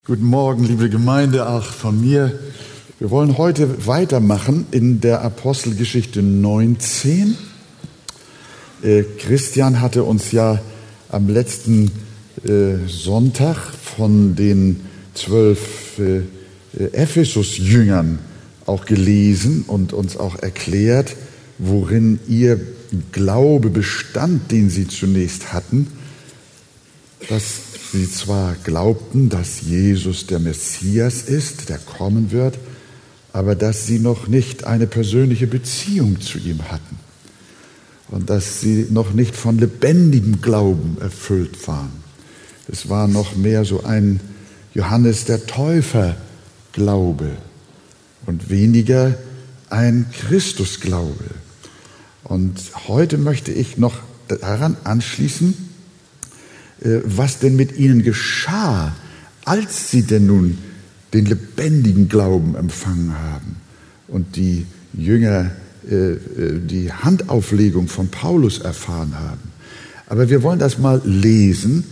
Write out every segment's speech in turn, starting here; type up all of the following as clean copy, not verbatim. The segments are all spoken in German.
Guten Morgen, liebe Gemeinde, auch von mir. Wir wollen heute weitermachen in der Apostelgeschichte 19. Christian hatte uns ja am letzten Sonntag von den 12 Ephesus-Jüngern auch gelesen und uns auch erklärt, worin ihr Glaube bestand, den sie zunächst hatten, dass sie zwar glaubten, dass Jesus der Messias ist, der kommen wird, aber dass sie noch nicht eine persönliche Beziehung zu ihm hatten und dass sie noch nicht von lebendigem Glauben erfüllt waren. Es war noch mehr so ein Johannes der Täufer Glaube und weniger ein Christusglaube. Und heute möchte ich noch daran anschließen, was denn mit ihnen geschah, als sie denn nun den lebendigen Glauben empfangen haben und die Jünger die Handauflegung von Paulus erfahren haben. Aber wir wollen das mal lesen.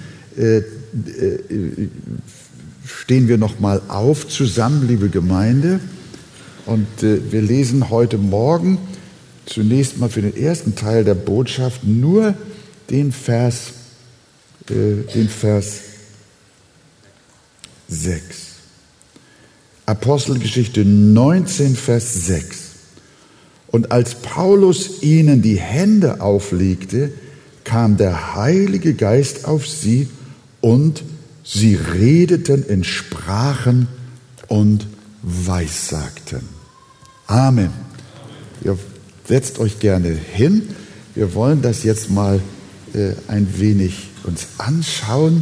Stehen wir noch mal auf zusammen, liebe Gemeinde, und wir lesen heute Morgen zunächst mal für den ersten Teil der Botschaft nur den Vers 6. Apostelgeschichte 19, Vers 6. Und als Paulus ihnen die Hände auflegte, kam der Heilige Geist auf sie und sie redeten in Sprachen und weissagten. Amen. Ihr setzt euch gerne hin. Wir wollen das jetzt mal ein wenig uns anschauen,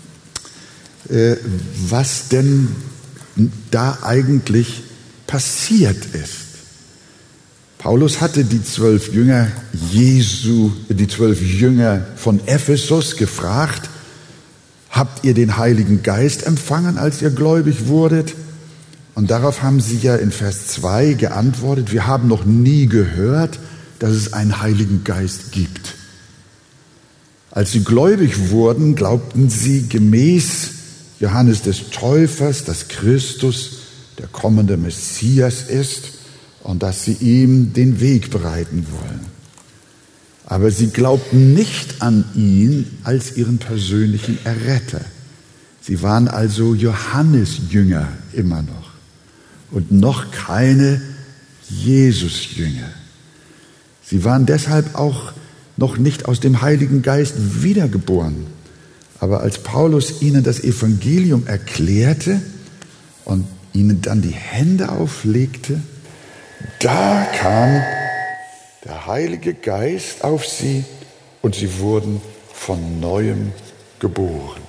was denn da eigentlich passiert ist. Paulus hatte die 12 Jünger Jesu, die 12 Jünger von Ephesus gefragt: Habt ihr den Heiligen Geist empfangen, als ihr gläubig wurdet? Und darauf haben sie ja in Vers 2 geantwortet: Wir haben noch nie gehört, dass es einen Heiligen Geist gibt. Als sie gläubig wurden, glaubten sie gemäß Johannes des Täufers, dass Christus der kommende Messias ist und dass sie ihm den Weg bereiten wollen. Aber sie glaubten nicht an ihn als ihren persönlichen Erretter. Sie waren also Johannes-Jünger immer noch und noch keine Jesus-Jünger. Sie waren deshalb auch noch nicht aus dem Heiligen Geist wiedergeboren. Aber als Paulus ihnen das Evangelium erklärte und ihnen dann die Hände auflegte, da kam der Heilige Geist auf sie und sie wurden von Neuem geboren.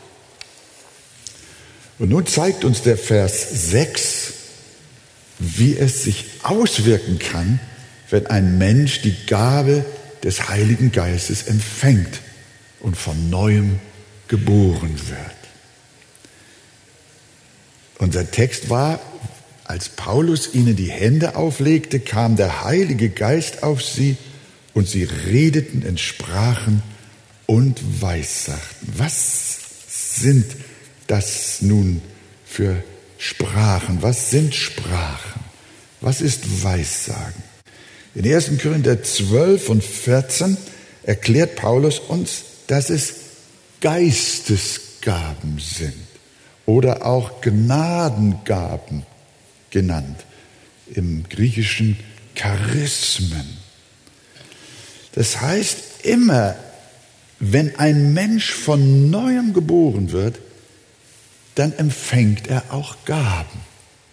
Und nun zeigt uns der Vers 6, wie es sich auswirken kann, wenn ein Mensch die Gabe des Heiligen Geistes empfängt und von Neuem geboren wird. Unser Text war: Als Paulus ihnen die Hände auflegte, kam der Heilige Geist auf sie und sie redeten in Sprachen und weissagten. Was sind das nun für Sprachen? Was sind Sprachen? Was ist Weissagen? In 1. Korinther 12 und 14 erklärt Paulus uns, dass es Geistesgaben sind oder auch Gnadengaben genannt, im Griechischen Charismen. Das heißt, immer wenn ein Mensch von Neuem geboren wird, dann empfängt er auch Gaben.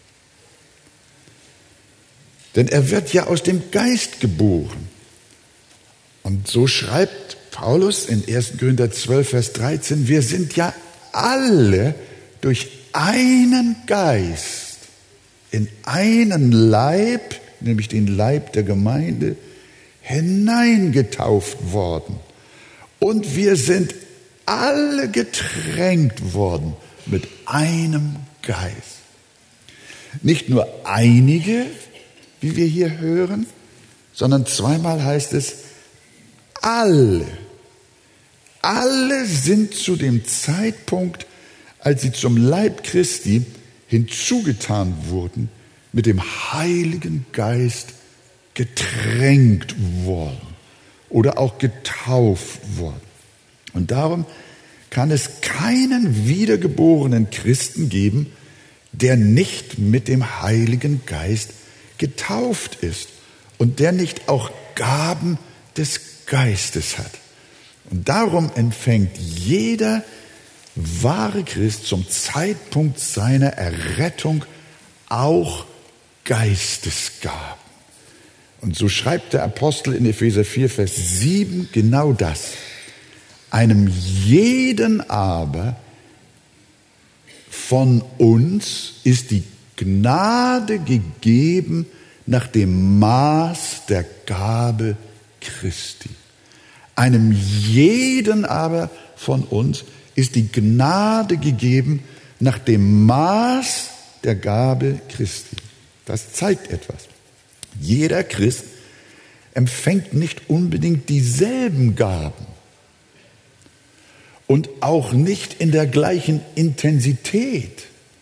Denn er wird ja aus dem Geist geboren. Und so schreibt Paulus in 1. Korinther 12, Vers 13, wir sind ja alle durch einen Geist in einen Leib, nämlich den Leib der Gemeinde, hineingetauft worden. Und wir sind alle getränkt worden mit einem Geist. Nicht nur einige, wie wir hier hören, sondern zweimal heißt es alle. Alle sind zu dem Zeitpunkt, als sie zum Leib Christi hinzugetan wurden, mit dem Heiligen Geist getränkt worden oder auch getauft worden. Und darum kann es keinen wiedergeborenen Christen geben, der nicht mit dem Heiligen Geist getauft ist und der nicht auch Gaben des Geistes hat. Und darum empfängt jeder wahre Christ zum Zeitpunkt seiner Errettung auch Geistesgaben. Und so schreibt der Apostel in Epheser 4, Vers 7 genau das. Einem jeden aber von uns ist die Gnade gegeben nach dem Maß der Gabe Christi. Einem jeden aber von uns ist die Gnade gegeben nach dem Maß der Gabe Christi. Das zeigt etwas. Jeder Christ empfängt nicht unbedingt dieselben Gaben und auch nicht in der gleichen Intensität.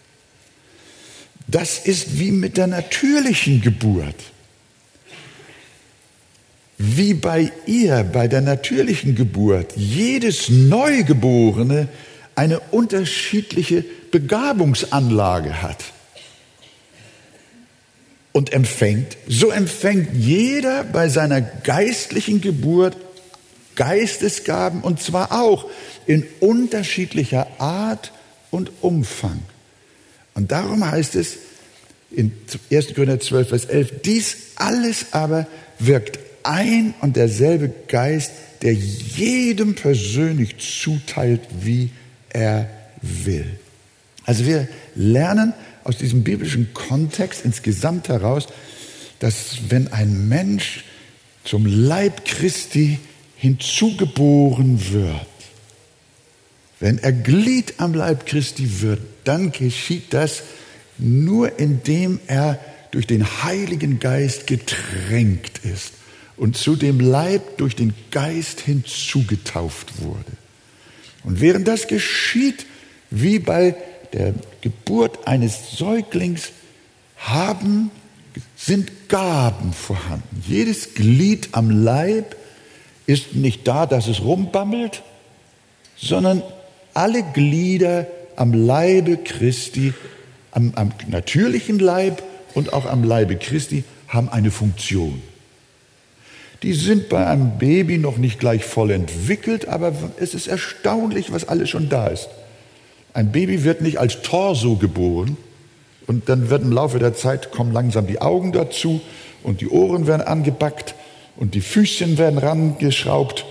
Das ist wie mit der natürlichen Geburt. Wie bei der natürlichen Geburt, jedes Neugeborene eine unterschiedliche Begabungsanlage hat und empfängt, so empfängt jeder bei seiner geistlichen Geburt Geistesgaben, und zwar auch in unterschiedlicher Art und Umfang. Und darum heißt es in 1. Korinther 12, Vers 11, dies alles aber wirkt ein und derselbe Geist, der jedem persönlich zuteilt, wie er will. Also wir lernen aus diesem biblischen Kontext insgesamt heraus, dass wenn ein Mensch zum Leib Christi hinzugeboren wird, wenn er Glied am Leib Christi wird, dann geschieht das nur indem er durch den Heiligen Geist getränkt ist und zu dem Leib durch den Geist hinzugetauft wurde. Und während das geschieht, wie bei der Geburt eines Säuglings, sind Gaben vorhanden. Jedes Glied am Leib ist nicht da, dass es rumbammelt, sondern alle Glieder am Leibe Christi, am natürlichen Leib und auch am Leibe Christi haben eine Funktion. Die sind bei einem Baby noch nicht gleich voll entwickelt, aber es ist erstaunlich, was alles schon da ist. Ein Baby wird nicht als Torso geboren und dann wird im Laufe der Zeit kommen langsam die Augen dazu und die Ohren werden angebackt und die Füßchen werden rangeschraubt,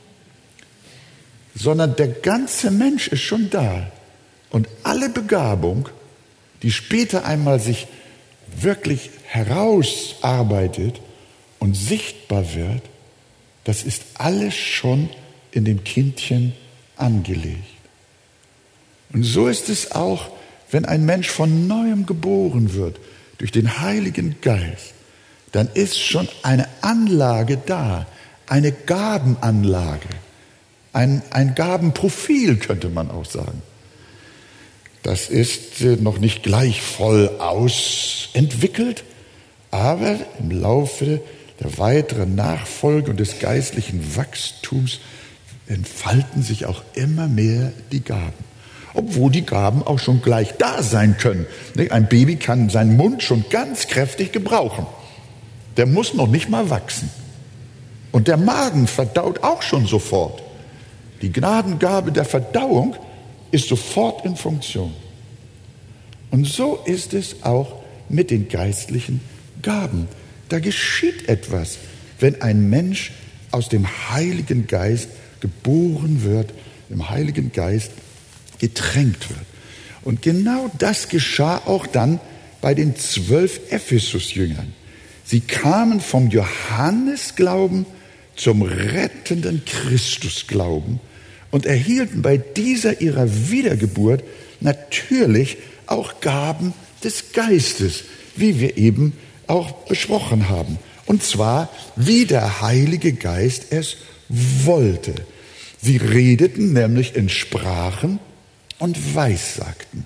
sondern der ganze Mensch ist schon da. Und alle Begabung, die später einmal sich wirklich herausarbeitet und sichtbar wird, das ist alles schon in dem Kindchen angelegt. Und so ist es auch, wenn ein Mensch von Neuem geboren wird, durch den Heiligen Geist, dann ist schon eine Anlage da, eine Gabenanlage, ein Gabenprofil könnte man auch sagen. Das ist noch nicht gleich voll ausentwickelt, aber im Laufe der weiteren Nachfolge und des geistlichen Wachstums entfalten sich auch immer mehr die Gaben. Obwohl die Gaben auch schon gleich da sein können. Ein Baby kann seinen Mund schon ganz kräftig gebrauchen. Der muss noch nicht mal wachsen. Und der Magen verdaut auch schon sofort. Die Gnadengabe der Verdauung ist sofort in Funktion. Und so ist es auch mit den geistlichen Gaben. Da geschieht etwas, wenn ein Mensch aus dem Heiligen Geist geboren wird, im Heiligen Geist getränkt wird. Und genau das geschah auch dann bei den 12 Ephesus-Jüngern. Sie kamen vom Johannesglauben zum rettenden Christusglauben und erhielten bei dieser ihrer Wiedergeburt natürlich auch Gaben des Geistes, wie wir eben auch besprochen haben. Und zwar, wie der Heilige Geist es wollte. Sie redeten nämlich in Sprachen und weissagten.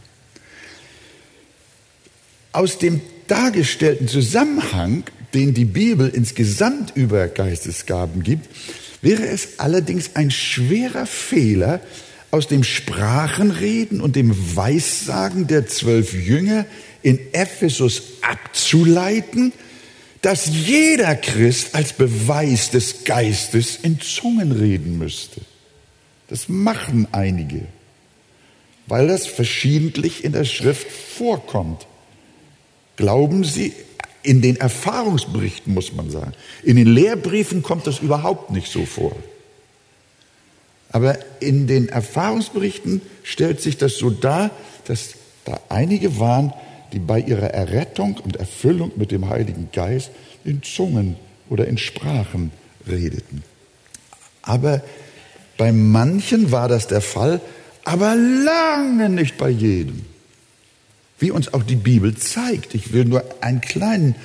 Aus dem dargestellten Zusammenhang, den die Bibel insgesamt über Geistesgaben gibt, wäre es allerdings ein schwerer Fehler, aus dem Sprachenreden und dem Weissagen der 12 Jünger in Ephesus abzuleiten, dass jeder Christ als Beweis des Geistes in Zungen reden müsste. Das machen einige, weil das verschiedentlich in der Schrift vorkommt. Glauben Sie, in den Erfahrungsberichten muss man sagen. In den Lehrbriefen kommt das überhaupt nicht so vor. Aber in den Erfahrungsberichten stellt sich das so dar, dass da einige waren, die bei ihrer Errettung und Erfüllung mit dem Heiligen Geist in Zungen oder in Sprachen redeten. Aber bei manchen war das der Fall, aber lange nicht bei jedem. Wie uns auch die Bibel zeigt. Ich will nur einen kleinen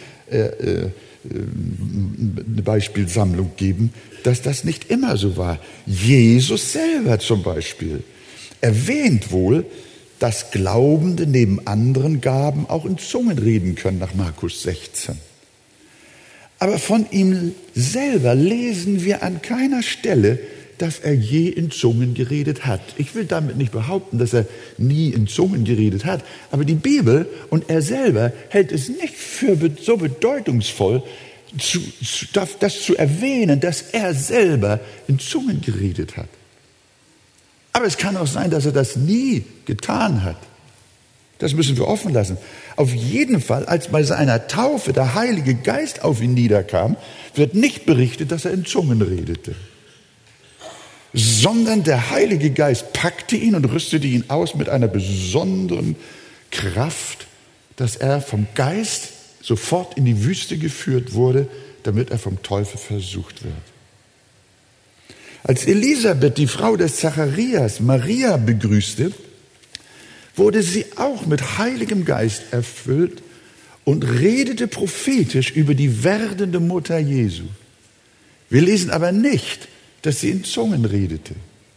eine Beispielsammlung geben, dass das nicht immer so war. Jesus selber zum Beispiel erwähnt wohl, dass Glaubende neben anderen Gaben auch in Zungen reden können, nach Markus 16. Aber von ihm selber lesen wir an keiner Stelle, dass er je in Zungen geredet hat. Ich will damit nicht behaupten, dass er nie in Zungen geredet hat, aber die Bibel und er selber hält es nicht für so bedeutungsvoll, das zu erwähnen, dass er selber in Zungen geredet hat. Aber es kann auch sein, dass er das nie getan hat. Das müssen wir offen lassen. Auf jeden Fall, als bei seiner Taufe der Heilige Geist auf ihn niederkam, wird nicht berichtet, dass er in Zungen redete, sondern der Heilige Geist packte ihn und rüstete ihn aus mit einer besonderen Kraft, dass er vom Geist sofort in die Wüste geführt wurde, damit er vom Teufel versucht wird. Als Elisabeth, die Frau des Zacharias, Maria begrüßte, wurde sie auch mit Heiligem Geist erfüllt und redete prophetisch über die werdende Mutter Jesu. Wir lesen aber nicht, dass sie in Zungen redete.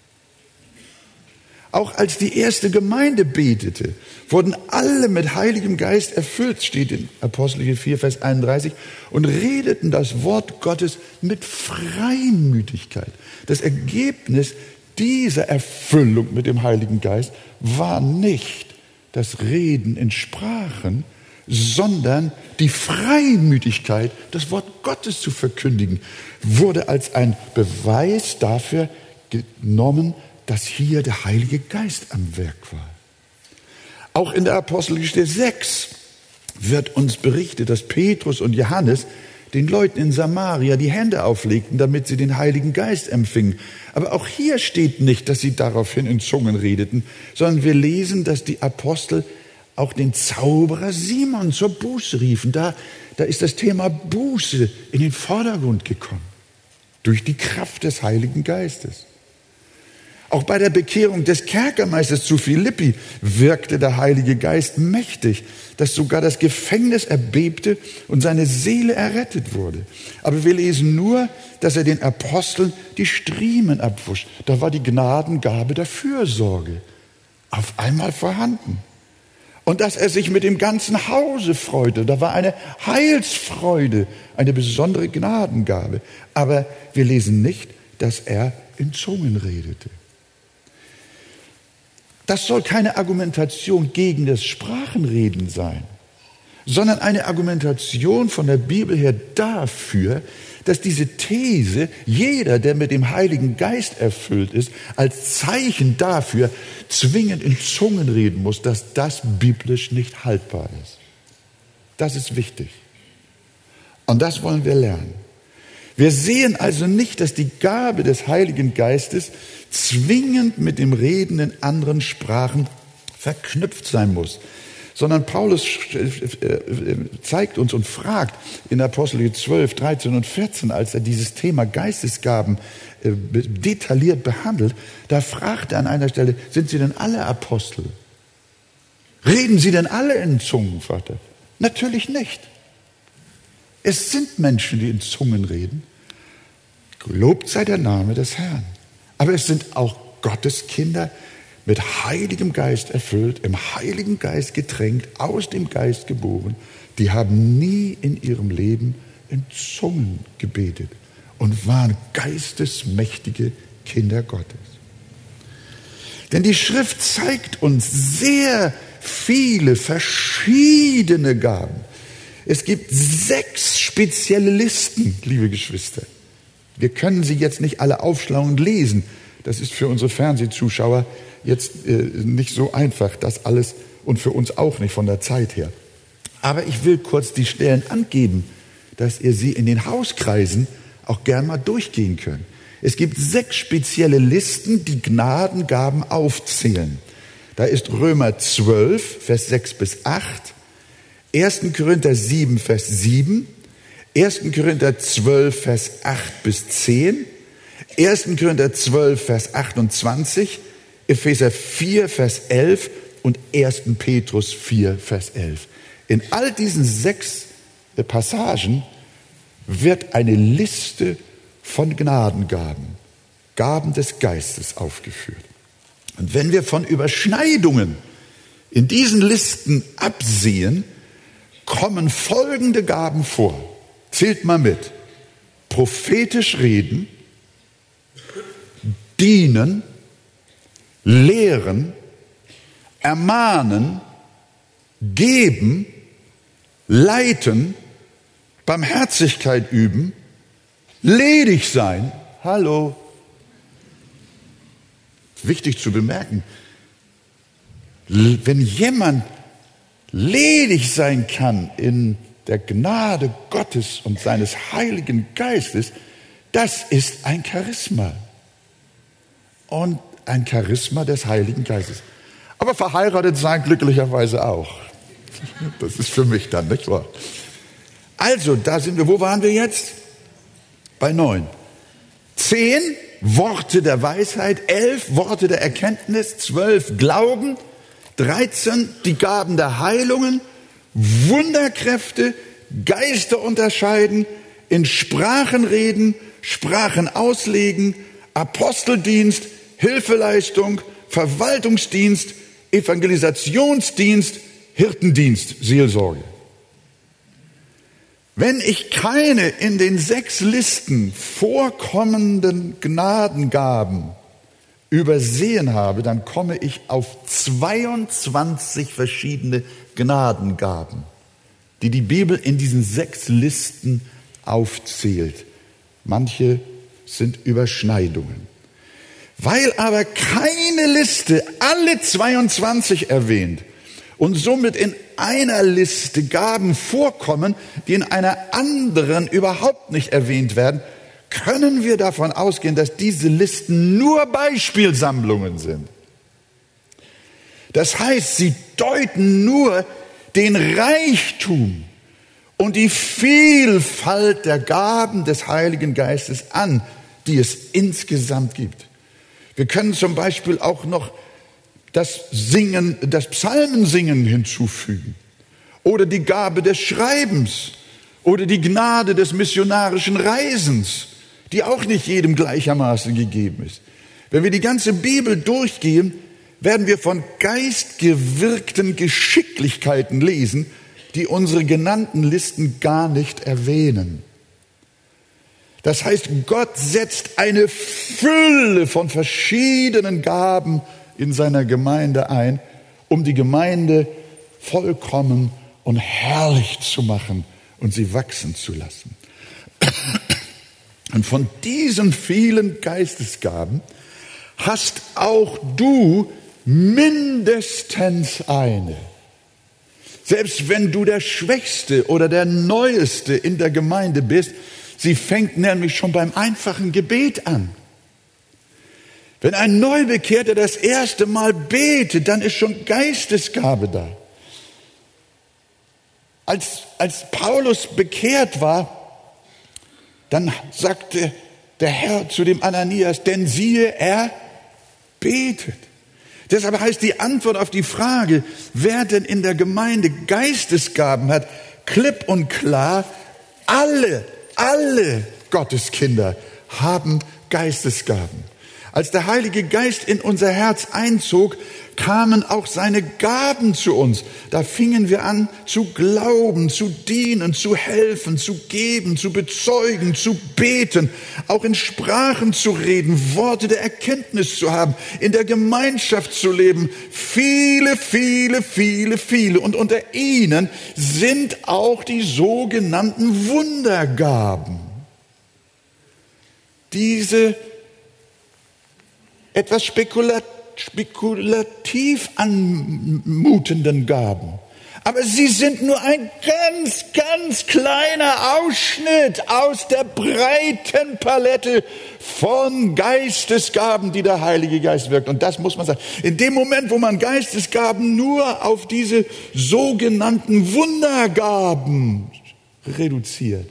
Auch als die erste Gemeinde betete, wurden alle mit Heiligem Geist erfüllt, steht in Apostelgeschichte 4, Vers 31, und redeten das Wort Gottes mit Freimütigkeit. Das Ergebnis dieser Erfüllung mit dem Heiligen Geist war nicht das Reden in Sprachen, sondern die Freimütigkeit, das Wort Gottes zu verkündigen, wurde als ein Beweis dafür genommen, dass hier der Heilige Geist am Werk war. Auch in der Apostelgeschichte 6 wird uns berichtet, dass Petrus und Johannes den Leuten in Samaria die Hände auflegten, damit sie den Heiligen Geist empfingen. Aber auch hier steht nicht, dass sie daraufhin in Zungen redeten, sondern wir lesen, dass die Apostel auch den Zauberer Simon zur Buße riefen. Da ist das Thema Buße in den Vordergrund gekommen, durch die Kraft des Heiligen Geistes. Auch bei der Bekehrung des Kerkermeisters zu Philippi wirkte der Heilige Geist mächtig, dass sogar das Gefängnis erbebte und seine Seele errettet wurde. Aber wir lesen nur, dass er den Aposteln die Striemen abwusch. Da war die Gnadengabe der Fürsorge auf einmal vorhanden. Und dass er sich mit dem ganzen Hause freute. Da war eine Heilsfreude, eine besondere Gnadengabe. Aber wir lesen nicht, dass er in Zungen redete. Das soll keine Argumentation gegen das Sprachenreden sein, sondern eine Argumentation von der Bibel her dafür, dass diese These, jeder, der mit dem Heiligen Geist erfüllt ist, als Zeichen dafür zwingend in Zungen reden muss, dass das biblisch nicht haltbar ist. Das ist wichtig. Und das wollen wir lernen. Wir sehen also nicht, dass die Gabe des Heiligen Geistes zwingend mit dem Reden in anderen Sprachen verknüpft sein muss, sondern Paulus zeigt uns und fragt in Apostelgeschichte 12, 13 und 14, als er dieses Thema Geistesgaben detailliert behandelt, da fragt er an einer Stelle, sind sie denn alle Apostel? Reden sie denn alle in Zungen, fragt er. Natürlich nicht. Es sind Menschen, die in Zungen reden. Gelobt sei der Name des Herrn. Aber es sind auch Gottes Kinder, mit Heiligem Geist erfüllt, im Heiligen Geist getränkt, aus dem Geist geboren, die haben nie in ihrem Leben in Zungen gebetet und waren geistesmächtige Kinder Gottes. Denn die Schrift zeigt uns sehr viele verschiedene Gaben. Es gibt 6 spezielle Listen, liebe Geschwister. Wir können sie jetzt nicht alle aufschlagen und lesen. Das ist für unsere Fernsehzuschauer jetzt nicht so einfach, das alles, und für uns auch nicht von der Zeit her. Aber ich will kurz die Stellen angeben, dass ihr sie in den Hauskreisen auch gern mal durchgehen könnt. Es gibt 6 spezielle Listen, die Gnadengaben aufzählen. Da ist Römer 12, Vers 6 bis 8, 1. Korinther 7, Vers 7, 1. Korinther 12, Vers 8 bis 10, 1. Korinther 12, Vers 28, Epheser 4, Vers 11 und 1. Petrus 4, Vers 11. In all diesen 6 Passagen wird eine Liste von Gnadengaben, Gaben des Geistes aufgeführt. Und wenn wir von Überschneidungen in diesen Listen absehen, kommen folgende Gaben vor. Zählt mal mit. Prophetisch reden, dienen, lehren, ermahnen, geben, leiten, Barmherzigkeit üben, ledig sein. Hallo. Wichtig zu bemerken, wenn jemand ledig sein kann in der Gnade Gottes und seines Heiligen Geistes, das ist ein Charisma. Und ein Charisma des Heiligen Geistes. Aber verheiratet sein glücklicherweise auch. Das ist für mich dann, nicht wahr? Also, da sind wir. Wo waren wir jetzt? Bei 9. 10 Worte der Weisheit, 11 Worte der Erkenntnis, 12 Glauben, 13 die Gaben der Heilungen, Wunderkräfte, Geister unterscheiden, in Sprachen reden, Sprachen auslegen, Aposteldienst, Hilfeleistung, Verwaltungsdienst, Evangelisationsdienst, Hirtendienst, Seelsorge. Wenn ich keine in den 6 Listen vorkommenden Gnadengaben übersehen habe, dann komme ich auf 22 verschiedene Gnadengaben, die die Bibel in diesen 6 Listen aufzählt. Manche sind Überschneidungen. Weil aber keine Liste alle 22 erwähnt und somit in einer Liste Gaben vorkommen, die in einer anderen überhaupt nicht erwähnt werden, können wir davon ausgehen, dass diese Listen nur Beispielsammlungen sind. Das heißt, sie deuten nur den Reichtum und die Vielfalt der Gaben des Heiligen Geistes an, die es insgesamt gibt. Wir können zum Beispiel auch noch das Psalmensingen hinzufügen oder die Gabe des Schreibens oder die Gnade des missionarischen Reisens, die auch nicht jedem gleichermaßen gegeben ist. Wenn wir die ganze Bibel durchgehen, werden wir von geistgewirkten Geschicklichkeiten lesen, die unsere genannten Listen gar nicht erwähnen. Das heißt, Gott setzt eine Fülle von verschiedenen Gaben in seiner Gemeinde ein, um die Gemeinde vollkommen und herrlich zu machen und sie wachsen zu lassen. Und von diesen vielen Geistesgaben hast auch du mindestens eine. Selbst wenn du der Schwächste oder der Neueste in der Gemeinde bist, sie fängt nämlich schon beim einfachen Gebet an. Wenn ein Neubekehrter das erste Mal betet, dann ist schon Geistesgabe da. Als Paulus bekehrt war, dann sagte der Herr zu dem Ananias, denn siehe, er betet. Deshalb heißt die Antwort auf die Frage, wer denn in der Gemeinde Geistesgaben hat, klipp und klar, alle Gotteskinder haben Geistesgaben. Als der Heilige Geist in unser Herz einzog, kamen auch seine Gaben zu uns. Da fingen wir an zu glauben, zu dienen, zu helfen, zu geben, zu bezeugen, zu beten, auch in Sprachen zu reden, Worte der Erkenntnis zu haben, in der Gemeinschaft zu leben. Viele, viele, viele, viele. Und unter ihnen sind auch die sogenannten Wundergaben. Diese etwas spekulativ anmutenden Gaben. Aber sie sind nur ein ganz, ganz kleiner Ausschnitt aus der breiten Palette von Geistesgaben, die der Heilige Geist wirkt. Und das muss man sagen. In dem Moment, wo man Geistesgaben nur auf diese sogenannten Wundergaben reduziert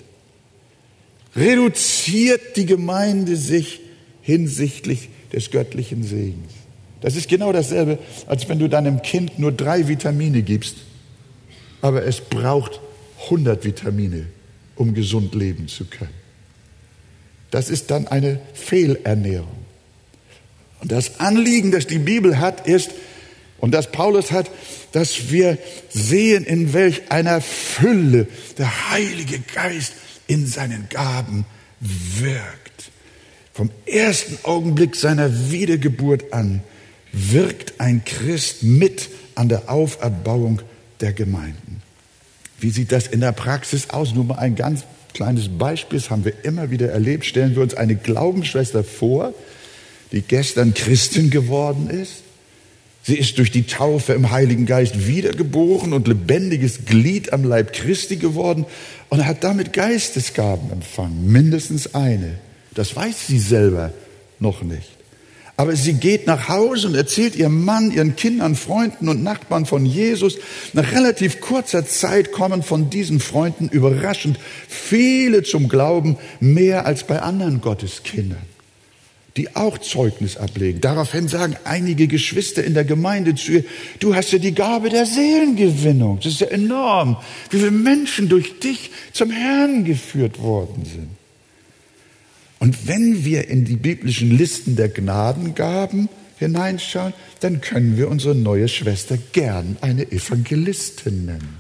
die Gemeinde sich hinsichtlich des göttlichen Segens. Das ist genau dasselbe, als wenn du deinem Kind nur 3 Vitamine gibst, aber es braucht 100 Vitamine, um gesund leben zu können. Das ist dann eine Fehlernährung. Und das Anliegen, das die Bibel hat, ist, und das Paulus hat, dass wir sehen, in welch einer Fülle der Heilige Geist in seinen Gaben wirkt. Vom ersten Augenblick seiner Wiedergeburt an wirkt ein Christ mit an der Auferbauung der Gemeinden. Wie sieht das in der Praxis aus? Nur mal ein ganz kleines Beispiel, das haben wir immer wieder erlebt. Stellen wir uns eine Glaubensschwester vor, die gestern Christin geworden ist. Sie ist durch die Taufe im Heiligen Geist wiedergeboren und lebendiges Glied am Leib Christi geworden und hat damit Geistesgaben empfangen, mindestens eine. Das weiß sie selber noch nicht. Aber sie geht nach Hause und erzählt ihrem Mann, ihren Kindern, Freunden und Nachbarn von Jesus. Nach relativ kurzer Zeit kommen von diesen Freunden überraschend viele zum Glauben, mehr als bei anderen Gotteskindern, die auch Zeugnis ablegen. Daraufhin sagen einige Geschwister in der Gemeinde zu ihr, du hast ja die Gabe der Seelengewinnung. Das ist ja enorm, wie viele Menschen durch dich zum Herrn geführt worden sind. Und wenn wir in die biblischen Listen der Gnadengaben hineinschauen, dann können wir unsere neue Schwester gern eine Evangelistin nennen.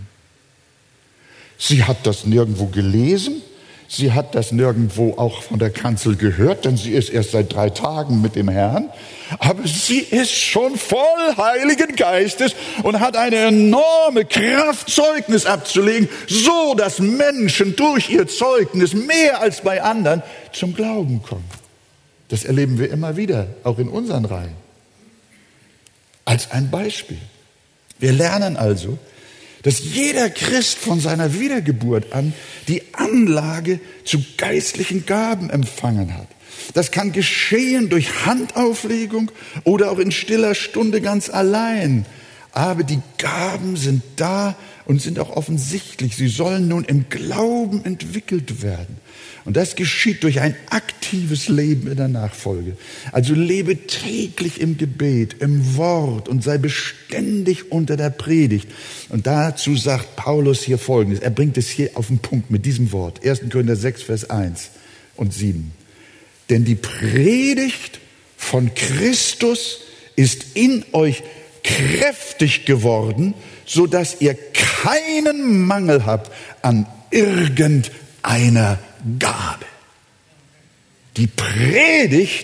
Sie hat das nirgendwo gelesen, sie hat das nirgendwo auch von der Kanzel gehört, denn sie ist erst seit 3 Tagen mit dem Herrn. Aber sie ist schon voll Heiligen Geistes und hat eine enorme Kraft, Zeugnis abzulegen, so dass Menschen durch ihr Zeugnis mehr als bei anderen zum Glauben kommen. Das erleben wir immer wieder, auch in unseren Reihen. Als ein Beispiel. Wir lernen also, dass jeder Christ von seiner Wiedergeburt an die Anlage zu geistlichen Gaben empfangen hat. Das kann geschehen durch Handauflegung oder auch in stiller Stunde ganz allein. Aber die Gaben sind da und sind auch offensichtlich. Sie sollen nun im Glauben entwickelt werden. Und das geschieht durch ein aktives Leben in der Nachfolge. Also lebe täglich im Gebet, im Wort und sei beständig unter der Predigt. Und dazu sagt Paulus hier Folgendes. Er bringt es hier auf den Punkt mit diesem Wort. 1. Korinther 6, Vers 1 und 7. Denn die Predigt von Christus ist in euch kräftig geworden, so dass ihr keinen Mangel habt an irgendeiner Gabe. Die Predigt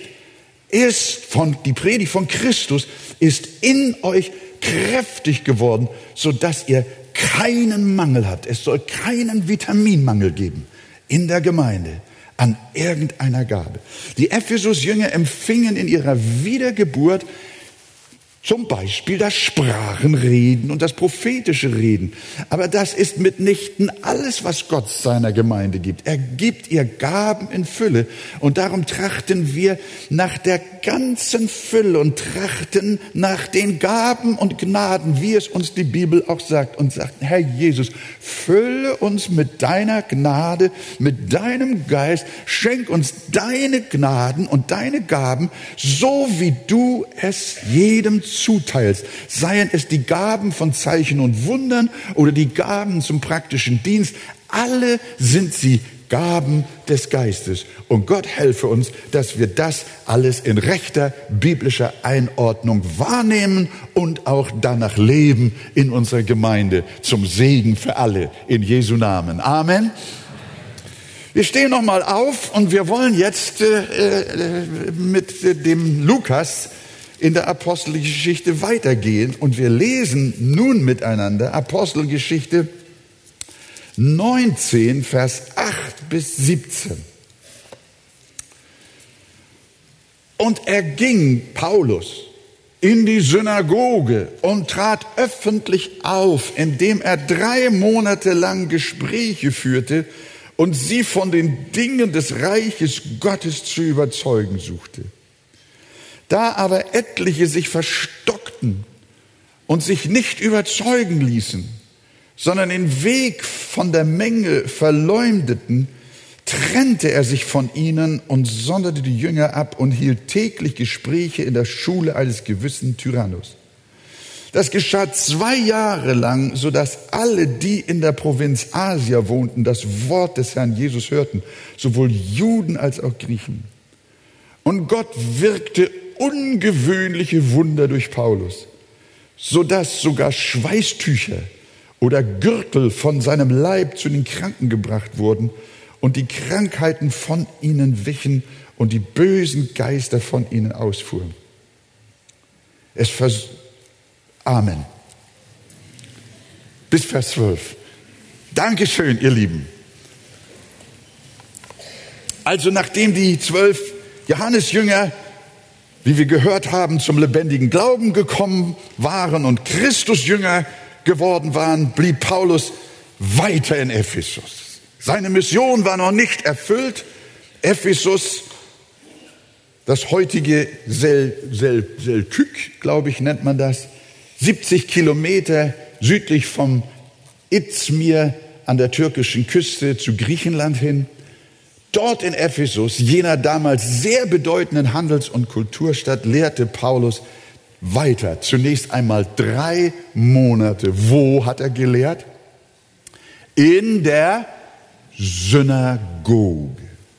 von Christus ist in euch kräftig geworden, so dass ihr keinen Mangel habt. Es soll keinen Vitaminmangel geben in der Gemeinde an irgendeiner Gabe. Die Ephesus-Jünger empfingen in ihrer Wiedergeburt zum Beispiel das Sprachenreden und das prophetische Reden. Aber das ist mitnichten alles, was Gott seiner Gemeinde gibt. Er gibt ihr Gaben in Fülle. Und darum trachten wir nach der ganzen Fülle und trachten nach den Gaben und Gnaden, wie es uns die Bibel auch sagt. Und sagt, Herr Jesus, fülle uns mit deiner Gnade, mit deinem Geist. Schenk uns deine Gnaden und deine Gaben, so wie du es jedem zuteilst, seien es die Gaben von Zeichen und Wundern oder die Gaben zum praktischen Dienst, alle sind sie Gaben des Geistes. Und Gott helfe uns, dass wir das alles in rechter biblischer Einordnung wahrnehmen und auch danach leben in unserer Gemeinde, zum Segen für alle, in Jesu Namen. Amen. Wir stehen nochmal auf und wir wollen jetzt mit dem Lukas in der Apostelgeschichte weitergehen. Und wir lesen nun miteinander Apostelgeschichte 19, Vers 8 bis 17. Und er ging, Paulus, in die Synagoge und trat öffentlich auf, indem er 3 Monate lang Gespräche führte und sie von den Dingen des Reiches Gottes zu überzeugen suchte. Da aber etliche sich verstockten und sich nicht überzeugen ließen, sondern den Weg von der Menge verleumdeten, trennte er sich von ihnen und sonderte die Jünger ab und hielt täglich Gespräche in der Schule eines gewissen Tyrannus. Das geschah 2 Jahre lang, sodass alle, die in der Provinz Asia wohnten, das Wort des Herrn Jesus hörten, sowohl Juden als auch Griechen. Und Gott wirkte ungewöhnliche Wunder durch Paulus, sodass sogar Schweißtücher oder Gürtel von seinem Leib zu den Kranken gebracht wurden und die Krankheiten von ihnen wichen und die bösen Geister von ihnen ausfuhren. Amen. Bis Vers 12. Dankeschön, ihr Lieben. Also nachdem die 12 Johannesjünger, wie wir gehört haben, zum lebendigen Glauben gekommen waren und Christusjünger geworden waren, blieb Paulus weiter in Ephesus. Seine Mission war noch nicht erfüllt. Ephesus, das heutige Selkük, glaube ich, nennt man das, 70 Kilometer südlich vom Izmir an der türkischen Küste zu Griechenland hin. Dort in Ephesus, jener damals sehr bedeutenden Handels- und Kulturstadt, lehrte Paulus weiter. Zunächst einmal 3 Monate. Wo hat er gelehrt? In der Synagoge.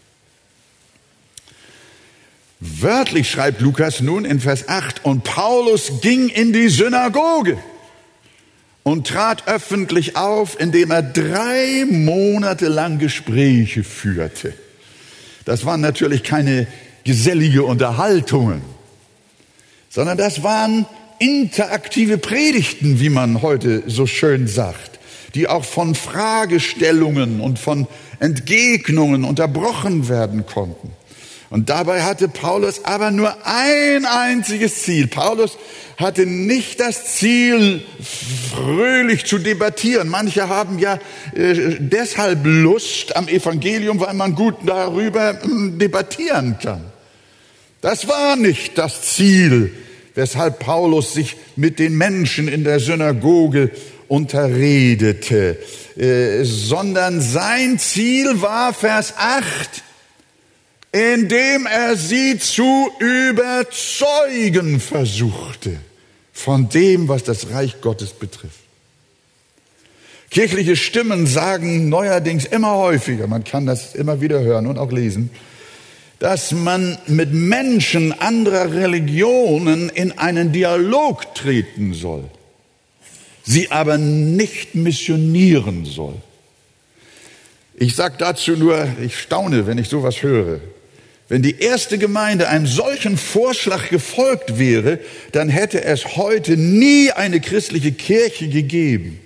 Wörtlich schreibt Lukas nun in Vers 8, und Paulus ging in die Synagoge und trat öffentlich auf, indem er 3 Monate lang Gespräche führte. Das waren natürlich keine gesellige Unterhaltungen, sondern das waren interaktive Predigten, wie man heute so schön sagt, die auch von Fragestellungen und von Entgegnungen unterbrochen werden konnten. Und dabei hatte Paulus aber nur ein einziges Ziel. Paulus hatte nicht das Ziel, fröhlich zu debattieren. Manche haben ja deshalb Lust am Evangelium, weil man gut darüber debattieren kann. Das war nicht das Ziel, weshalb Paulus sich mit den Menschen in der Synagoge unterredete, sondern sein Ziel war, Vers 8, indem er sie zu überzeugen versuchte von dem, was das Reich Gottes betrifft. Kirchliche Stimmen sagen neuerdings immer häufiger, man kann das immer wieder hören und auch lesen, dass man mit Menschen anderer Religionen in einen Dialog treten soll, sie aber nicht missionieren soll. Ich sage dazu nur, ich staune, wenn ich sowas höre. Wenn die erste Gemeinde einem solchen Vorschlag gefolgt wäre, dann hätte es heute nie eine christliche Kirche gegeben.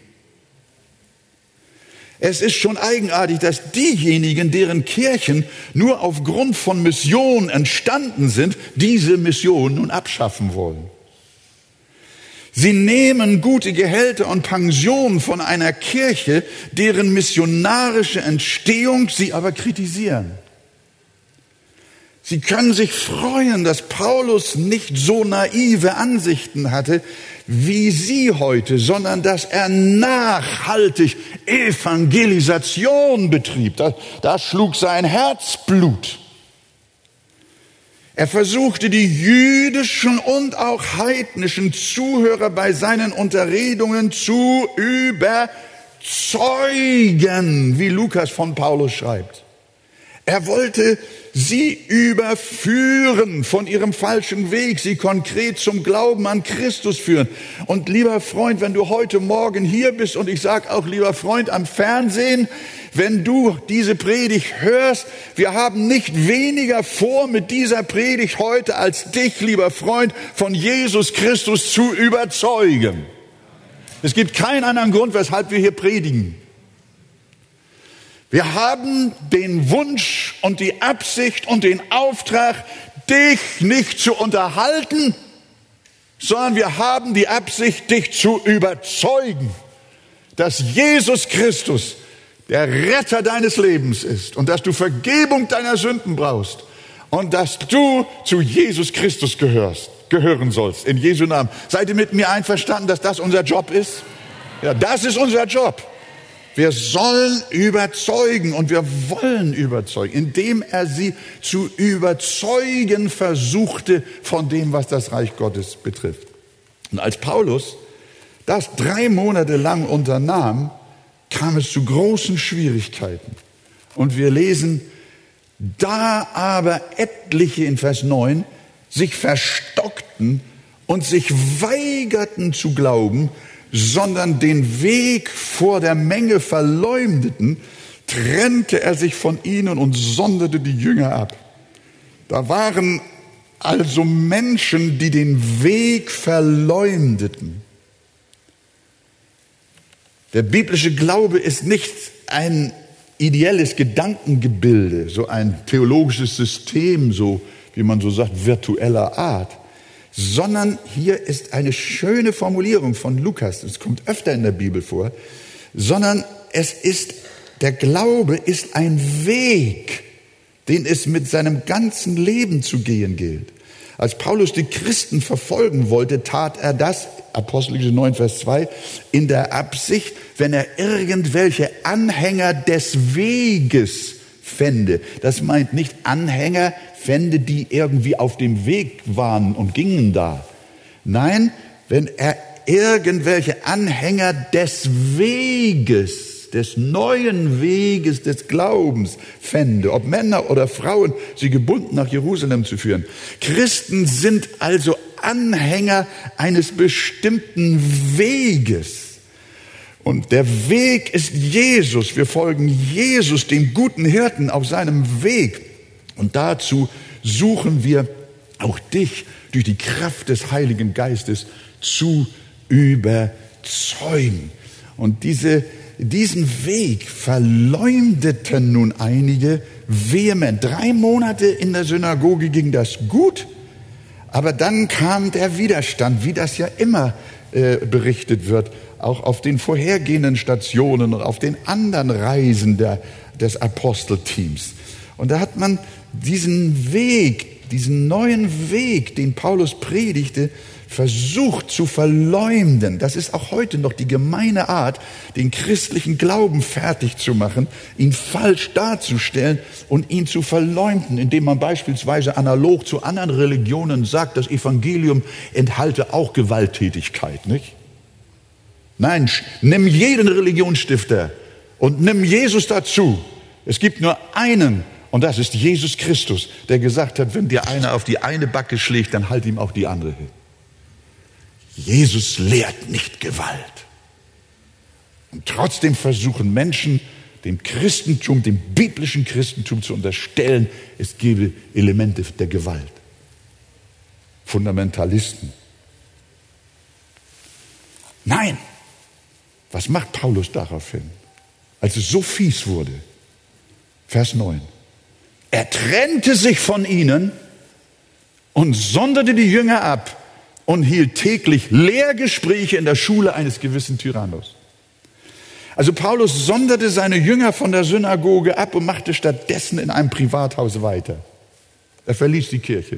Es ist schon eigenartig, dass diejenigen, deren Kirchen nur aufgrund von Mission entstanden sind, diese Mission nun abschaffen wollen. Sie nehmen gute Gehälter und Pensionen von einer Kirche, deren missionarische Entstehung sie aber kritisieren. Sie können sich freuen, dass Paulus nicht so naive Ansichten hatte wie Sie heute, sondern dass er nachhaltig Evangelisation betrieb. Da schlug sein Herzblut. Er versuchte, die jüdischen und auch heidnischen Zuhörer bei seinen Unterredungen zu überzeugen, wie Lukas von Paulus schreibt. Er wollte sie überführen von ihrem falschen Weg, sie konkret zum Glauben an Christus führen. Und lieber Freund, wenn du heute Morgen hier bist, und ich sage auch lieber Freund am Fernsehen, wenn du diese Predigt hörst, wir haben nicht weniger vor mit dieser Predigt heute, als dich, lieber Freund, von Jesus Christus zu überzeugen. Es gibt keinen anderen Grund, weshalb wir hier predigen. Wir haben den Wunsch und die Absicht und den Auftrag, dich nicht zu unterhalten, sondern wir haben die Absicht, dich zu überzeugen, dass Jesus Christus der Retter deines Lebens ist und dass du Vergebung deiner Sünden brauchst und dass du zu Jesus Christus gehören sollst, in Jesu Namen. Seid ihr mit mir einverstanden, dass das unser Job ist? Ja, das ist unser Job. Wir sollen überzeugen und wir wollen überzeugen, indem er sie zu überzeugen versuchte von dem, was das Reich Gottes betrifft. Und als Paulus das 3 Monate lang unternahm, kam es zu großen Schwierigkeiten. Und wir lesen, da aber etliche in Vers 9 sich verstockten und sich weigerten zu glauben, sondern den Weg vor der Menge verleumdeten, trennte er sich von ihnen und sonderte die Jünger ab. Da waren also Menschen, die den Weg verleumdeten. Der biblische Glaube ist nicht ein ideelles Gedankengebilde, so ein theologisches System, so wie man so sagt, virtueller Art, sondern hier ist eine schöne Formulierung von Lukas, das kommt öfter in der Bibel vor, sondern der Glaube ist ein Weg, den es mit seinem ganzen Leben zu gehen gilt. Als Paulus die Christen verfolgen wollte, tat er das, Apostelgeschichte 9, Vers 2, in der Absicht, wenn er irgendwelche Anhänger des Weges fände. Das meint nicht Anhänger fände, die irgendwie auf dem Weg waren und gingen da. Nein, wenn er irgendwelche Anhänger des Weges, des neuen Weges des Glaubens fände, ob Männer oder Frauen, sie gebunden nach Jerusalem zu führen. Christen sind also Anhänger eines bestimmten Weges. Und der Weg ist Jesus. Wir folgen Jesus, dem guten Hirten, auf seinem Weg. Und dazu suchen wir auch dich durch die Kraft des Heiligen Geistes zu überzeugen. Und diesen Weg verleumdeten nun einige vehement. 3 Monate in der Synagoge ging das gut, aber dann kam der Widerstand, wie das ja immer berichtet wird, auch auf den vorhergehenden Stationen und auf den anderen Reisen des Apostelteams. Und da hat man diesen Weg, diesen neuen Weg, den Paulus predigte, versucht zu verleumden. Das ist auch heute noch die gemeine Art, den christlichen Glauben fertig zu machen, ihn falsch darzustellen und ihn zu verleumden, indem man beispielsweise analog zu anderen Religionen sagt, das Evangelium enthalte auch Gewalttätigkeit, nicht? Nein, nimm jeden Religionsstifter und nimm Jesus dazu. Es gibt nur einen, und das ist Jesus Christus, der gesagt hat, wenn dir einer auf die eine Backe schlägt, dann halt ihm auch die andere hin. Jesus lehrt nicht Gewalt. Und trotzdem versuchen Menschen, dem Christentum, dem biblischen Christentum zu unterstellen, es gebe Elemente der Gewalt. Fundamentalisten. Nein. Was macht Paulus daraufhin, als es so fies wurde? Vers 9. Er trennte sich von ihnen und sonderte die Jünger ab und hielt täglich Lehrgespräche in der Schule eines gewissen Tyrannos. Also Paulus sonderte seine Jünger von der Synagoge ab und machte stattdessen in einem Privathaus weiter. Er verließ die Kirche.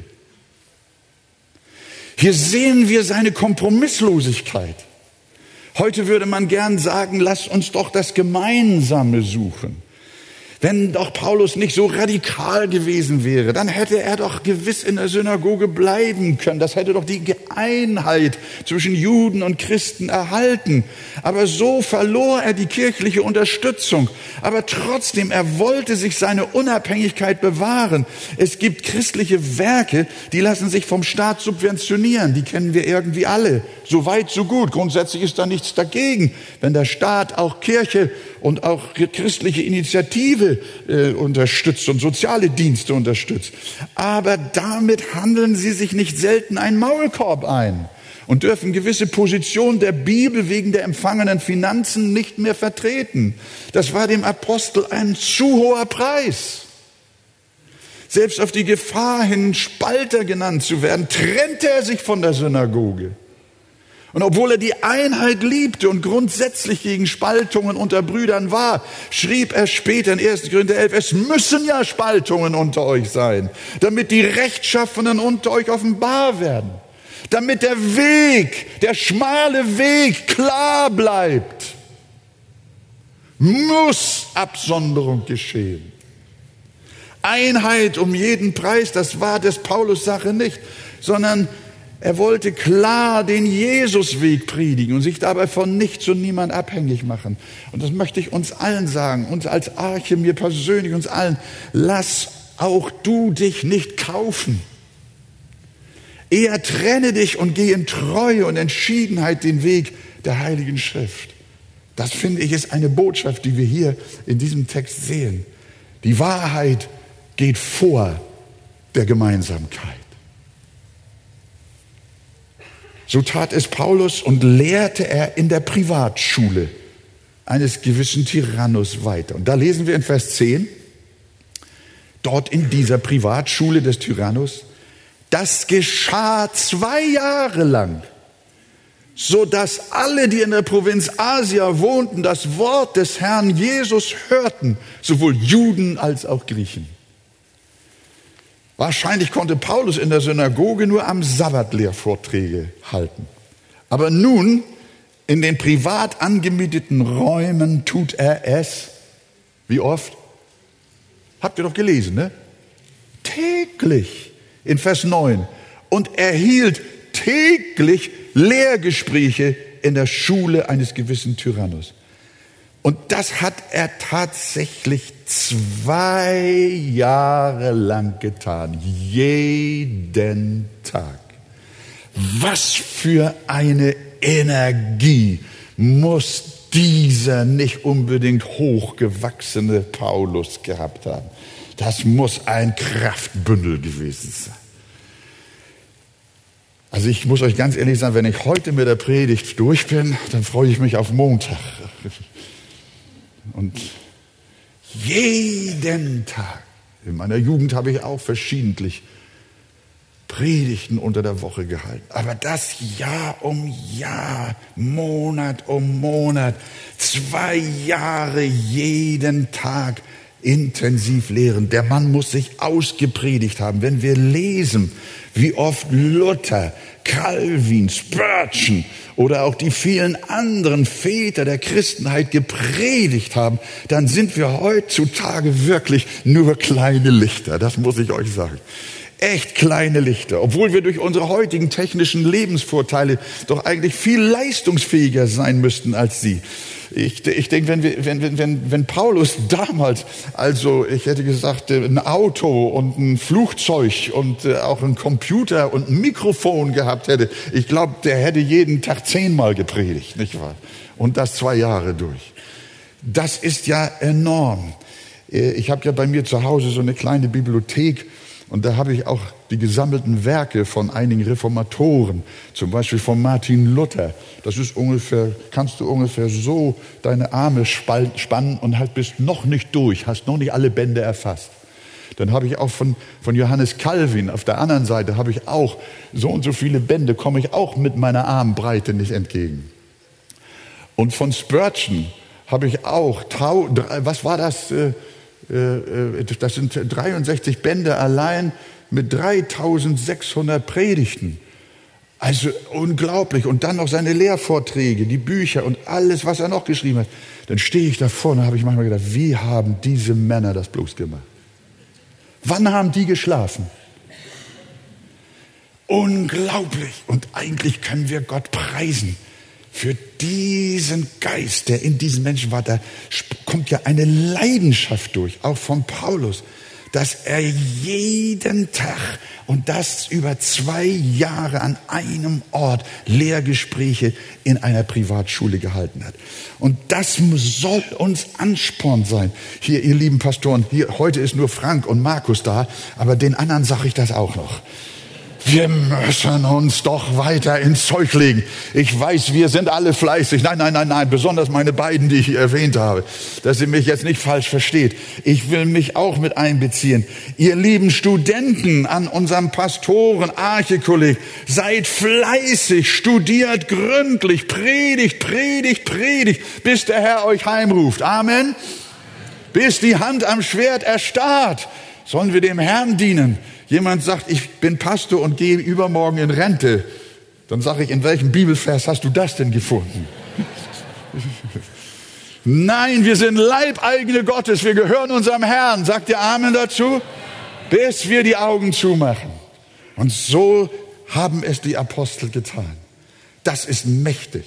Hier sehen wir seine Kompromisslosigkeit. Heute würde man gern sagen, lass uns doch das Gemeinsame suchen. Wenn doch Paulus nicht so radikal gewesen wäre, dann hätte er doch gewiss in der Synagoge bleiben können. Das hätte doch die Einheit zwischen Juden und Christen erhalten. Aber so verlor er die kirchliche Unterstützung. Aber trotzdem, er wollte sich seine Unabhängigkeit bewahren. Es gibt christliche Werke, die lassen sich vom Staat subventionieren. Die kennen wir irgendwie alle. So weit, so gut. Grundsätzlich ist da nichts dagegen, wenn der Staat auch Kirche und auch christliche Initiative unterstützt und soziale Dienste unterstützt. Aber damit handeln sie sich nicht selten einen Maulkorb ein und dürfen gewisse Positionen der Bibel wegen der empfangenen Finanzen nicht mehr vertreten. Das war dem Apostel ein zu hoher Preis. Selbst auf die Gefahr hin, Spalter genannt zu werden, trennte er sich von der Synagoge. Und obwohl er die Einheit liebte und grundsätzlich gegen Spaltungen unter Brüdern war, schrieb er später in 1. Korinther 11, es müssen ja Spaltungen unter euch sein, damit die Rechtschaffenen unter euch offenbar werden, damit der Weg, der schmale Weg klar bleibt, muss Absonderung geschehen. Einheit um jeden Preis, das war des Paulus Sache nicht, sondern er wollte klar den Jesusweg predigen und sich dabei von nichts und niemand abhängig machen. Und das möchte ich uns allen sagen, uns als Arche, mir persönlich, uns allen. Lass auch du dich nicht kaufen. Eher trenne dich und geh in Treue und Entschiedenheit den Weg der Heiligen Schrift. Das, finde ich, ist eine Botschaft, die wir hier in diesem Text sehen. Die Wahrheit geht vor der Gemeinsamkeit. So tat es Paulus und lehrte er in der Privatschule eines gewissen Tyrannus weiter. Und da lesen wir in Vers 10, dort in dieser Privatschule des Tyrannus, das geschah 2 Jahre lang, so dass alle, die in der Provinz Asia wohnten, das Wort des Herrn Jesus hörten, sowohl Juden als auch Griechen. Wahrscheinlich konnte Paulus in der Synagoge nur am Sabbat Lehrvorträge halten. Aber nun, in den privat angemieteten Räumen tut er es. Wie oft? Habt ihr doch gelesen, ne? Täglich, in Vers 9. Und er hielt täglich Lehrgespräche in der Schule eines gewissen Tyrannus. Und das hat er tatsächlich 2 Jahre lang getan. Jeden Tag. Was für eine Energie muss dieser nicht unbedingt hochgewachsene Paulus gehabt haben. Das muss ein Kraftbündel gewesen sein. Also ich muss euch ganz ehrlich sagen, wenn ich heute mit der Predigt durch bin, dann freue ich mich auf Montag. Und jeden Tag, in meiner Jugend habe ich auch verschiedentlich Predigten unter der Woche gehalten. Aber das Jahr um Jahr, Monat um Monat, 2 Jahre jeden Tag intensiv lehren. Der Mann muss sich ausgepredigt haben. Wenn wir lesen, wie oft Luther, Calvin, Spurgeon oder auch die vielen anderen Väter der Christenheit gepredigt haben, dann sind wir heutzutage wirklich nur kleine Lichter. Das muss ich euch sagen. Echt kleine Lichter, obwohl wir durch unsere heutigen technischen Lebensvorteile doch eigentlich viel leistungsfähiger sein müssten als sie. Ich denke, wenn Paulus damals, also ich hätte gesagt, ein Auto und ein Flugzeug und auch ein Computer und ein Mikrofon gehabt hätte, ich glaube, der hätte jeden Tag 10-mal gepredigt, nicht wahr? Und das 2 Jahre durch. Das ist ja enorm. Ich habe ja bei mir zu Hause so eine kleine Bibliothek. Und da habe ich auch die gesammelten Werke von einigen Reformatoren, zum Beispiel von Martin Luther. Das ist ungefähr, kannst du ungefähr so deine Arme spannen und halt bist noch nicht durch, hast noch nicht alle Bände erfasst. Dann habe ich auch von Johannes Calvin, auf der anderen Seite habe ich auch so und so viele Bände, komme ich auch mit meiner Armbreite nicht entgegen. Und von Spurgeon habe ich auch, was war das? Das sind 63 Bände allein mit 3600 Predigten. Also unglaublich. Und dann noch seine Lehrvorträge, die Bücher und alles, was er noch geschrieben hat. Dann stehe ich da vorne und habe ich manchmal gedacht, wie haben diese Männer das bloß gemacht? Wann haben die geschlafen? Unglaublich. Und eigentlich können wir Gott preisen für diesen Geist, der in diesen Menschen war. Da kommt ja eine Leidenschaft durch, auch von Paulus, dass er jeden Tag und das über 2 Jahre an einem Ort Lehrgespräche in einer Privatschule gehalten hat. Und das soll uns Ansporn sein. Hier, ihr lieben Pastoren, hier, heute ist nur Frank und Markus da, aber den anderen sage ich das auch noch. Wir müssen uns doch weiter ins Zeug legen. Ich weiß, wir sind alle fleißig. Nein, besonders meine beiden, die ich erwähnt habe, dass ihr mich jetzt nicht falsch versteht. Ich will mich auch mit einbeziehen. Ihr lieben Studenten an unserem Pastoren, Archekolleg, seid fleißig, studiert gründlich, predigt, bis der Herr euch heimruft. Amen. Bis die Hand am Schwert erstarrt, sollen wir dem Herrn dienen. Jemand sagt, ich bin Pastor und gehe übermorgen in Rente. Dann sage ich, in welchem Bibelvers hast du das denn gefunden? Nein, wir sind Leibeigene Gottes, wir gehören unserem Herrn. Sagt ihr Amen dazu? Bis wir die Augen zumachen. Und so haben es die Apostel getan. Das ist mächtig.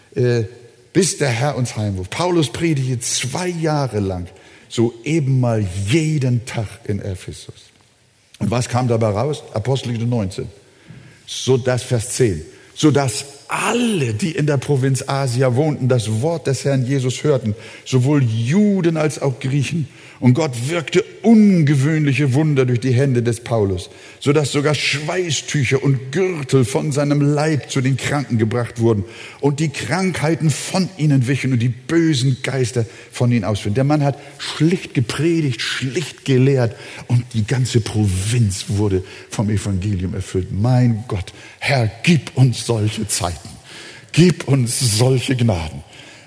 Bis der Herr uns heimruft. Paulus predigte 2 Jahre lang, so eben mal jeden Tag in Ephesus. Und was kam dabei raus? Apostelgeschichte 19. Vers 10. Sodass alle, die in der Provinz Asia wohnten, das Wort des Herrn Jesus hörten, sowohl Juden als auch Griechen. Und Gott wirkte ungewöhnliche Wunder durch die Hände des Paulus, sodass sogar Schweißtücher und Gürtel von seinem Leib zu den Kranken gebracht wurden und die Krankheiten von ihnen wichen und die bösen Geister von ihnen ausführten. Der Mann hat schlicht gepredigt, schlicht gelehrt und die ganze Provinz wurde vom Evangelium erfüllt. Mein Gott, Herr, gib uns solche Zeiten, gib uns solche Gnaden.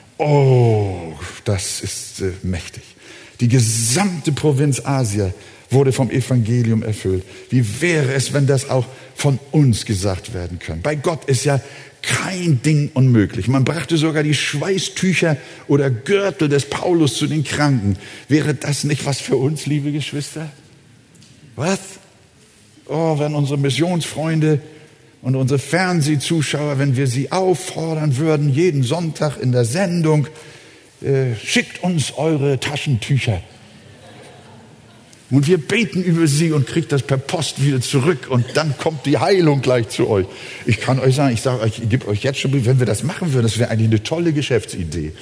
Oh, das ist mächtig. Die gesamte Provinz Asia wurde vom Evangelium erfüllt. Wie wäre es, wenn das auch von uns gesagt werden könnte? Bei Gott ist ja kein Ding unmöglich. Man brachte sogar die Schweißtücher oder Gürtel des Paulus zu den Kranken. Wäre das nicht was für uns, liebe Geschwister? Was? Oh, wenn unsere Missionsfreunde und unsere Fernsehzuschauer, wenn wir sie auffordern würden, jeden Sonntag in der Sendung, schickt uns eure Taschentücher. Und wir beten über sie und kriegt das per Post wieder zurück und dann kommt die Heilung gleich zu euch. Ich kann euch sagen, ich sage euch, ich gebe euch jetzt schon, wenn wir das machen würden, das wäre eigentlich eine tolle Geschäftsidee.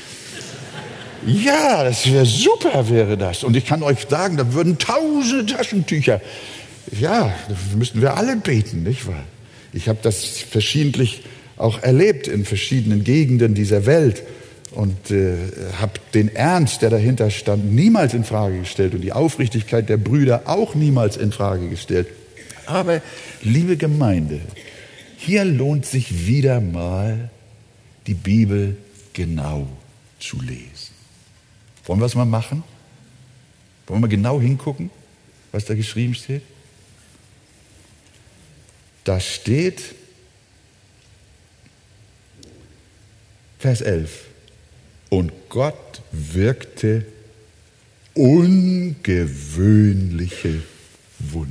Ja, das wäre super, wäre das. Und ich kann euch sagen, da würden 1000 Taschentücher. Ja, da müssten wir alle beten, nicht wahr? Ich habe das verschiedentlich auch erlebt in verschiedenen Gegenden dieser Welt. Und habe den Ernst, der dahinter stand, niemals in Frage gestellt und die Aufrichtigkeit der Brüder auch niemals in Frage gestellt. Aber, liebe Gemeinde, hier lohnt sich wieder mal, die Bibel genau zu lesen. Wollen wir es mal machen? Wollen wir mal genau hingucken, was da geschrieben steht? Da steht, Vers 11. Und Gott wirkte ungewöhnliche Wunder.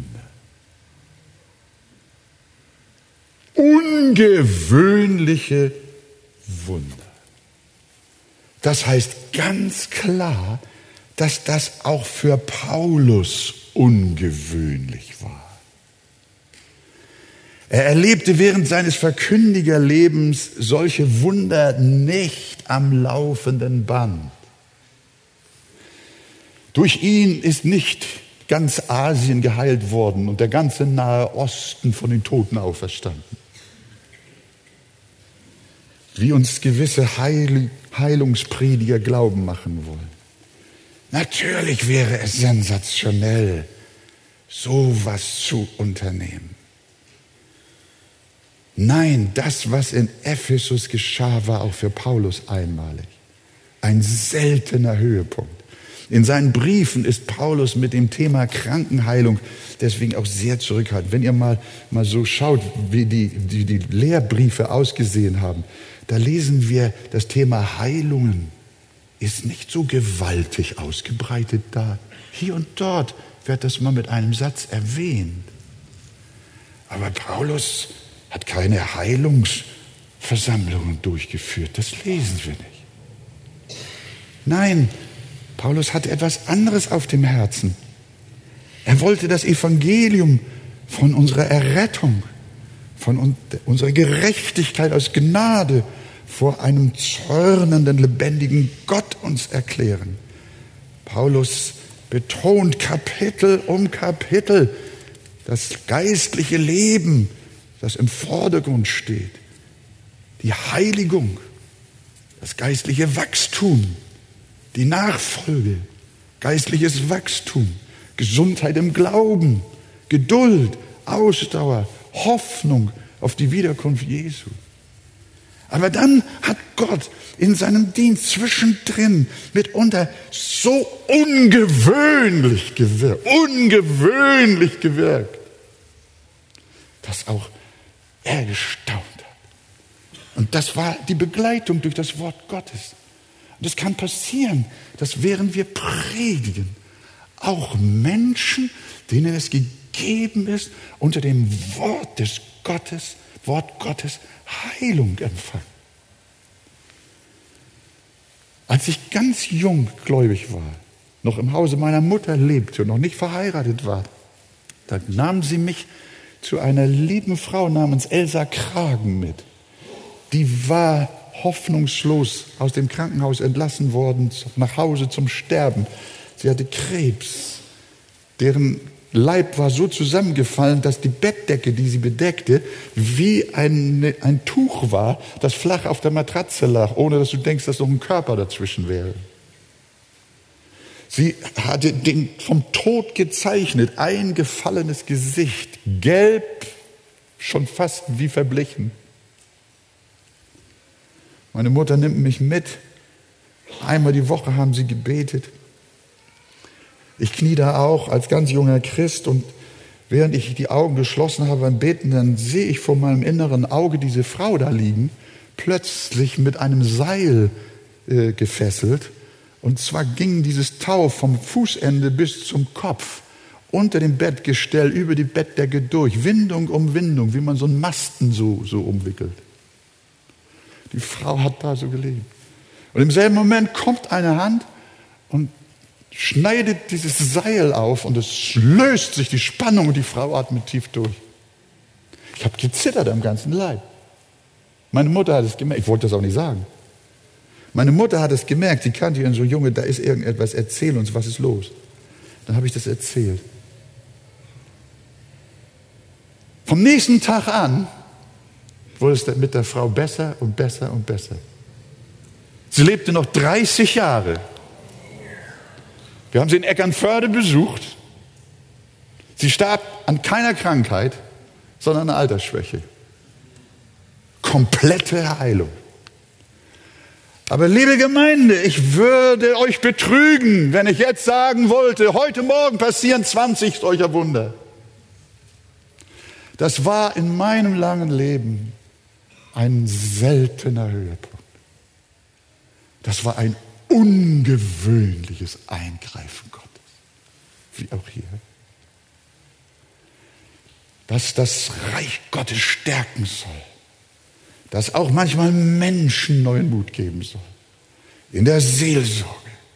Ungewöhnliche Wunder. Das heißt ganz klar, dass das auch für Paulus ungewöhnlich war. Er erlebte während seines Verkündigerlebens solche Wunder nicht am laufenden Band. Durch ihn ist nicht ganz Asien geheilt worden und der ganze Nahe Osten von den Toten auferstanden. Wie uns gewisse Heilungsprediger glauben machen wollen. Natürlich wäre es sensationell, sowas zu unternehmen. Nein, das, was in Ephesus geschah, war auch für Paulus einmalig. Ein seltener Höhepunkt. In seinen Briefen ist Paulus mit dem Thema Krankenheilung deswegen auch sehr zurückhaltend. Wenn ihr mal so schaut, wie die Lehrbriefe ausgesehen haben, da lesen wir, das Thema Heilungen ist nicht so gewaltig ausgebreitet da. Hier und dort wird das mal mit einem Satz erwähnt. Aber Paulus hat keine Heilungsversammlungen durchgeführt. Das lesen wir nicht. Nein, Paulus hatte etwas anderes auf dem Herzen. Er wollte das Evangelium von unserer Errettung, von unserer Gerechtigkeit aus Gnade vor einem zürnenden, lebendigen Gott uns erklären. Paulus betont Kapitel um Kapitel das geistliche Leben, das im Vordergrund steht. Die Heiligung, das geistliche Wachstum, die Nachfolge, geistliches Wachstum, Gesundheit im Glauben, Geduld, Ausdauer, Hoffnung auf die Wiederkunft Jesu. Aber dann hat Gott in seinem Dienst zwischendrin mitunter so ungewöhnlich gewirkt, dass auch er gestaunt hat. Und das war die Begleitung durch das Wort Gottes. Und es kann passieren, dass während wir predigen, auch Menschen, denen es gegeben ist, unter dem Wort Gottes Heilung empfangen. Als ich ganz jung gläubig war, noch im Hause meiner Mutter lebte und noch nicht verheiratet war, da nahm sie mich zu einer lieben Frau namens Elsa Kragen mit. Die war hoffnungslos aus dem Krankenhaus entlassen worden, nach Hause zum Sterben. Sie hatte Krebs. Deren Leib war so zusammengefallen, dass die Bettdecke, die sie bedeckte, wie ein Tuch war, das flach auf der Matratze lag, ohne dass du denkst, dass noch ein Körper dazwischen wäre. Sie hatte den vom Tod gezeichnet, eingefallenes Gesicht, gelb, schon fast wie verblichen. Meine Mutter nimmt mich mit. Einmal die Woche haben sie gebetet. Ich knie da auch als ganz junger Christ und während ich die Augen geschlossen habe beim Beten, dann sehe ich vor meinem inneren Auge diese Frau da liegen, plötzlich mit einem Seil gefesselt. Und zwar ging dieses Tau vom Fußende bis zum Kopf unter dem Bettgestell über die Bettdecke durch, Windung um Windung, wie man so einen Masten so umwickelt. Die Frau hat da so gelegen. Und im selben Moment kommt eine Hand und schneidet dieses Seil auf und es löst sich die Spannung und die Frau atmet tief durch. Ich habe gezittert am ganzen Leib. Meine Mutter hat es gemerkt. Ich wollte das auch nicht sagen. Meine Mutter hat es gemerkt. Sie kannte ihren so, Junge, da ist irgendetwas. Erzähl uns, was ist los? Dann habe ich das erzählt. Vom nächsten Tag an wurde es mit der Frau besser und besser und besser. Sie lebte noch 30 Jahre. Wir haben sie in Eckernförde besucht. Sie starb an keiner Krankheit, sondern an Altersschwäche. Komplette Heilung. Aber liebe Gemeinde, ich würde euch betrügen, wenn ich jetzt sagen wollte, heute Morgen passieren 20 solcher Wunder. Das war in meinem langen Leben ein seltener Höhepunkt. Das war ein ungewöhnliches Eingreifen Gottes, wie auch hier. Dass das Reich Gottes stärken soll, dass auch manchmal Menschen neuen Mut geben soll, in der Seelsorge.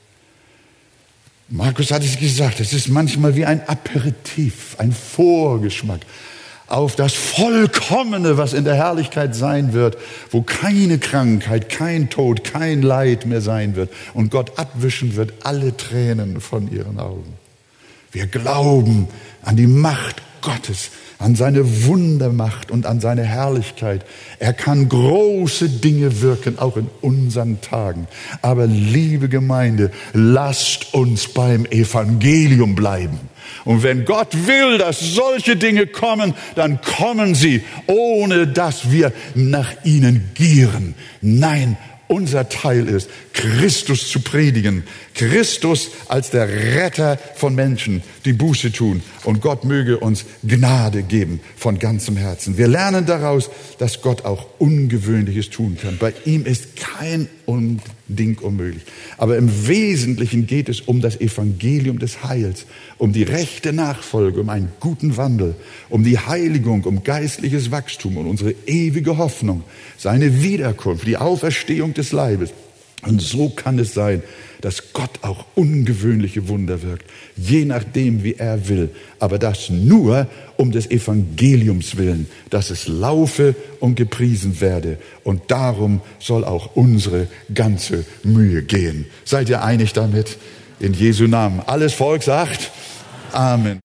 Markus hat es gesagt, es ist manchmal wie ein Aperitif, ein Vorgeschmack auf das Vollkommene, was in der Herrlichkeit sein wird, wo keine Krankheit, kein Tod, kein Leid mehr sein wird und Gott abwischen wird alle Tränen von ihren Augen. Wir glauben an die Macht Gottes, an seine Wundermacht und an seine Herrlichkeit. Er kann große Dinge wirken, auch in unseren Tagen. Aber liebe Gemeinde, lasst uns beim Evangelium bleiben. Und wenn Gott will, dass solche Dinge kommen, dann kommen sie, ohne dass wir nach ihnen gieren. Nein, unser Teil ist, Christus zu predigen. Christus als der Retter von Menschen, die Buße tun. Und Gott möge uns Gnade geben von ganzem Herzen. Wir lernen daraus, dass Gott auch Ungewöhnliches tun kann. Bei ihm ist kein Ding unmöglich. Aber im Wesentlichen geht es um das Evangelium des Heils, um die rechte Nachfolge, um einen guten Wandel, um die Heiligung, um geistliches Wachstum und unsere ewige Hoffnung, seine Wiederkunft, die Auferstehung des Leibes. Und so kann es sein, dass Gott auch ungewöhnliche Wunder wirkt, je nachdem, wie er will. Aber das nur um des Evangeliums willen, dass es laufe und gepriesen werde. Und darum soll auch unsere ganze Mühe gehen. Seid ihr einig damit? In Jesu Namen. Alles Volk sagt Amen.